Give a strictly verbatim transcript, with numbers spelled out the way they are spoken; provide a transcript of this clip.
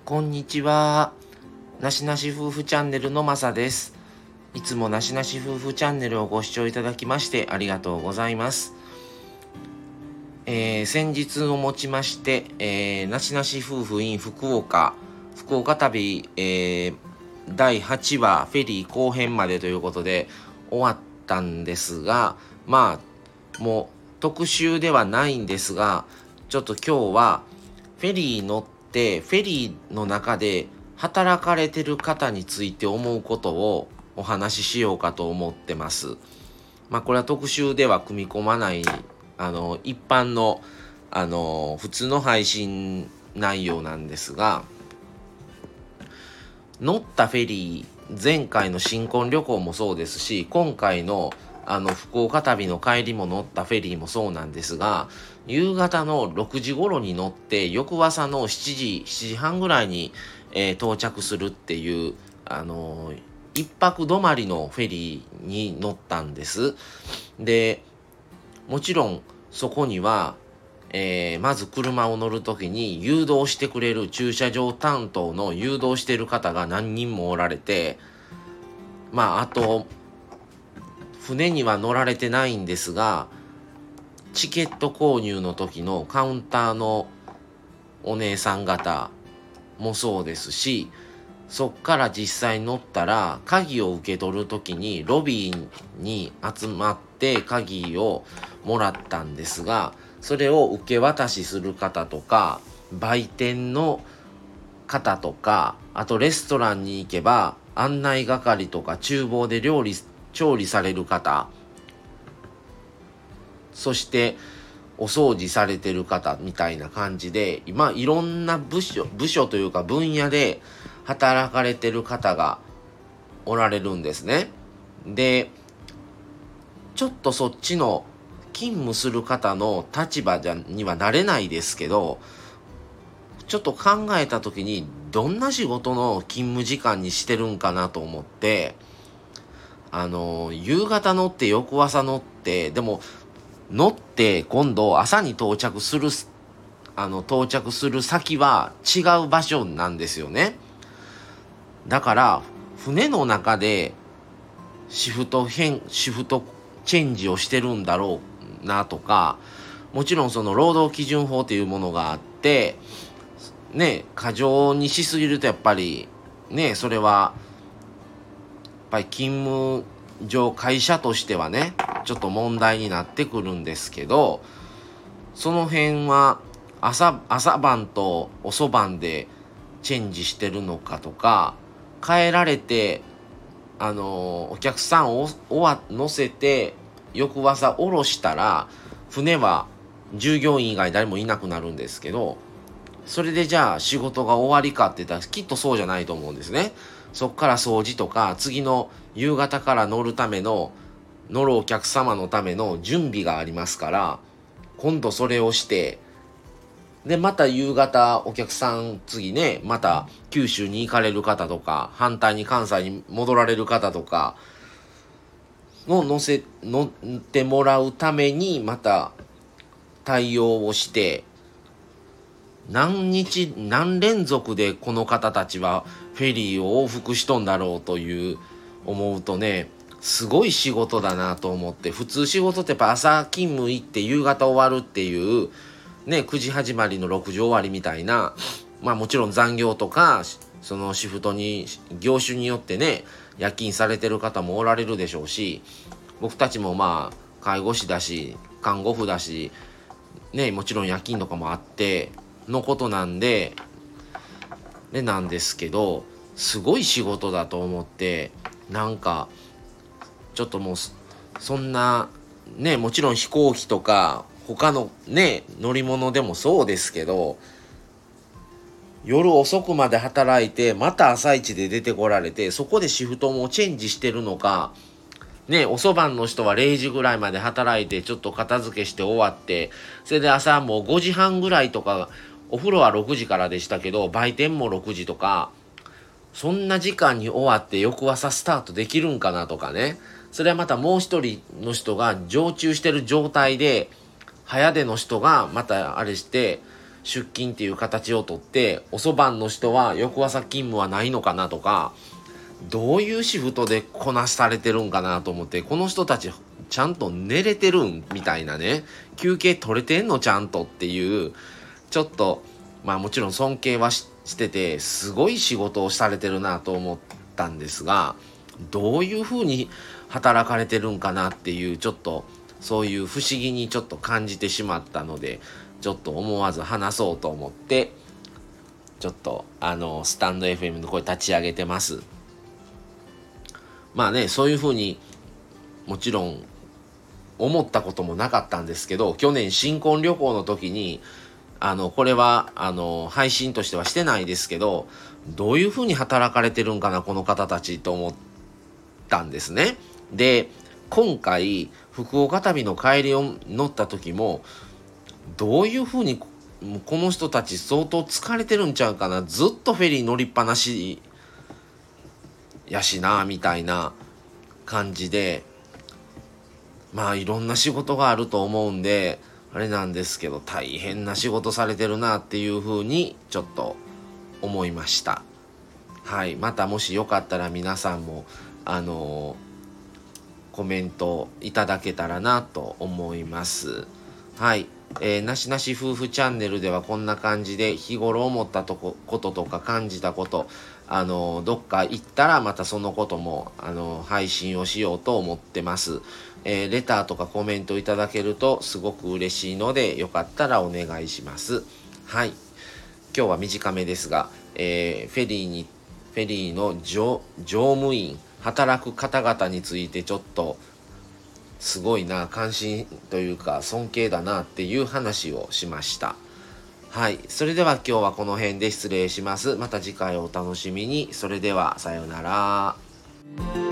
こんにちは。なしなし夫婦チャンネルのまさです。いつもなしなし夫婦チャンネルをご視聴いただきましてありがとうございます。えー、先日をもちまして、えー、なしなし夫婦 in 福岡、福岡旅、えー、だいはちわフェリー後編までということで終わったんですが、まあ、もう特集ではないんですが、ちょっと今日はフェリー乗ってフェリーの中で働かれてる方について思うことをお話ししようかと思ってます。まあこれは特集では組み込まないあの一般のあの普通の配信内容なんですが、乗ったフェリー、前回の新婚旅行もそうですし、今回のあの福岡旅の帰りも乗ったフェリーもそうなんですが、夕方のろくじ頃に乗って翌朝のしちじ、しちじはんぐらいに、えー到着するっていうあのー一泊止まりのフェリーに乗ったんです。で、もちろんそこには、えーまず車を乗るときに誘導してくれる駐車場担当の誘導している方が何人もおられて、まああと船には乗られてないんですが、チケット購入の時のカウンターのお姉さん方もそうですし、そっから実際乗ったら鍵を受け取る時にロビーに集まって鍵をもらったんですが、それを受け渡しする方とか売店の方とか、あとレストランに行けば案内係とか厨房で料理調理される方、そしてお掃除されてる方みたいな感じで、今いろんな部署部署というか分野で働かれてる方がおられるんですね。で、ちょっとそっちの勤務する方の立場じゃにはなれないですけど、ちょっと考えた時にどんな仕事の勤務時間にしてるんかなと思って、あの夕方乗って翌朝乗って、でも乗って今度朝に到着するあの到着する先は違う場所なんですよね。だから船の中でシフト変シフトチェンジをしてるんだろうなとか、もちろんその労働基準法というものがあって、ね、過剰にしすぎるとやっぱりね、それはやっぱり勤務上会社としてはねちょっと問題になってくるんですけど、その辺は朝朝晩と遅番でチェンジしてるのかとか、帰られてあのお客さんをおわ乗せて翌朝降ろしたら船は従業員以外誰もいなくなるんですけど、それでじゃあ仕事が終わりかって言ったらきっとそうじゃないと思うんですね。そっから掃除とか次の夕方から乗るための乗るお客様のための準備がありますから、今度それをして、でまた夕方お客さん次ね、また九州に行かれる方とか反対に関西に戻られる方とかの乗せ乗ってもらうためにまた対応をして、何日何連続でこの方たちはフェリーを往復しとんだろうという思うとね、すごい仕事だなと思って。普通仕事ってやっぱ朝勤務行って夕方終わるっていうね、くじ始まりのろくじ終わりみたいな、まあもちろん残業とかそのシフトに業種によってね夜勤されてる方もおられるでしょうし、僕たちもまあ介護士だし看護婦だしね、もちろん夜勤とかもあってのことなんででなんですけど、すごい仕事だと思って、なんかちょっともうそんなね、もちろん飛行機とか他のね乗り物でもそうですけど、夜遅くまで働いてまた朝一で出てこられて、そこでシフトもチェンジしてるのかね、遅番の人はれいじぐらいまで働いてちょっと片付けして終わって、それで朝もうごじはんぐらいとか、お風呂はろくじからでしたけど売店もろくじとか、そんな時間に終わって翌朝スタートできるんかなとかね。それはまたもう一人の人が常駐してる状態で早出の人がまたあれして出勤っていう形をとって、遅番の人は翌朝勤務はないのかなとか、どういうシフトでこなされてるんかなと思って、この人たちちゃんと寝れてるんみたいなね、休憩取れてんのちゃんとっていう、ちょっとまあもちろん尊敬は し, しててすごい仕事をされてるなと思ったんですが、どういう風に働かれてるんかなっていう、ちょっとそういう不思議にちょっと感じてしまったので、ちょっと思わず話そうと思って、ちょっとあのスタンド エフエム のこれ立ち上げてます。まあね、そういう風にもちろん思ったこともなかったんですけど、去年新婚旅行の時にあのこれはあの配信としてはしてないですけど、どういう風に働かれてるんかなこの方たちと思ったんですね。で、今回福岡旅の帰りを乗った時も、どういう風にこの人たち相当疲れてるんちゃうかな、ずっとフェリー乗りっぱなしやしなみたいな感じで、まあいろんな仕事があると思うんであれなんですけど、大変な仕事されてるなっていう風にちょっと思いました。はい、またもしよかったら皆さんもあのー、コメントいただけたらなと思います。はい、えー、なしなし夫婦チャンネルではこんな感じで日頃思ったとここととか感じたこと、あのどっか行ったらまたそのこともあの配信をしようと思ってます。えー、レターとかコメントいただけるとすごく嬉しいので、よかったらお願いします。はい、今日は短めですが、えー、フェリーにフェリーの乗乗務員働く方々についてちょっとすごいな、関心というか尊敬だなっていう話をしました。はい、それでは今日はこの辺で失礼します。また次回お楽しみに。それではさようなら。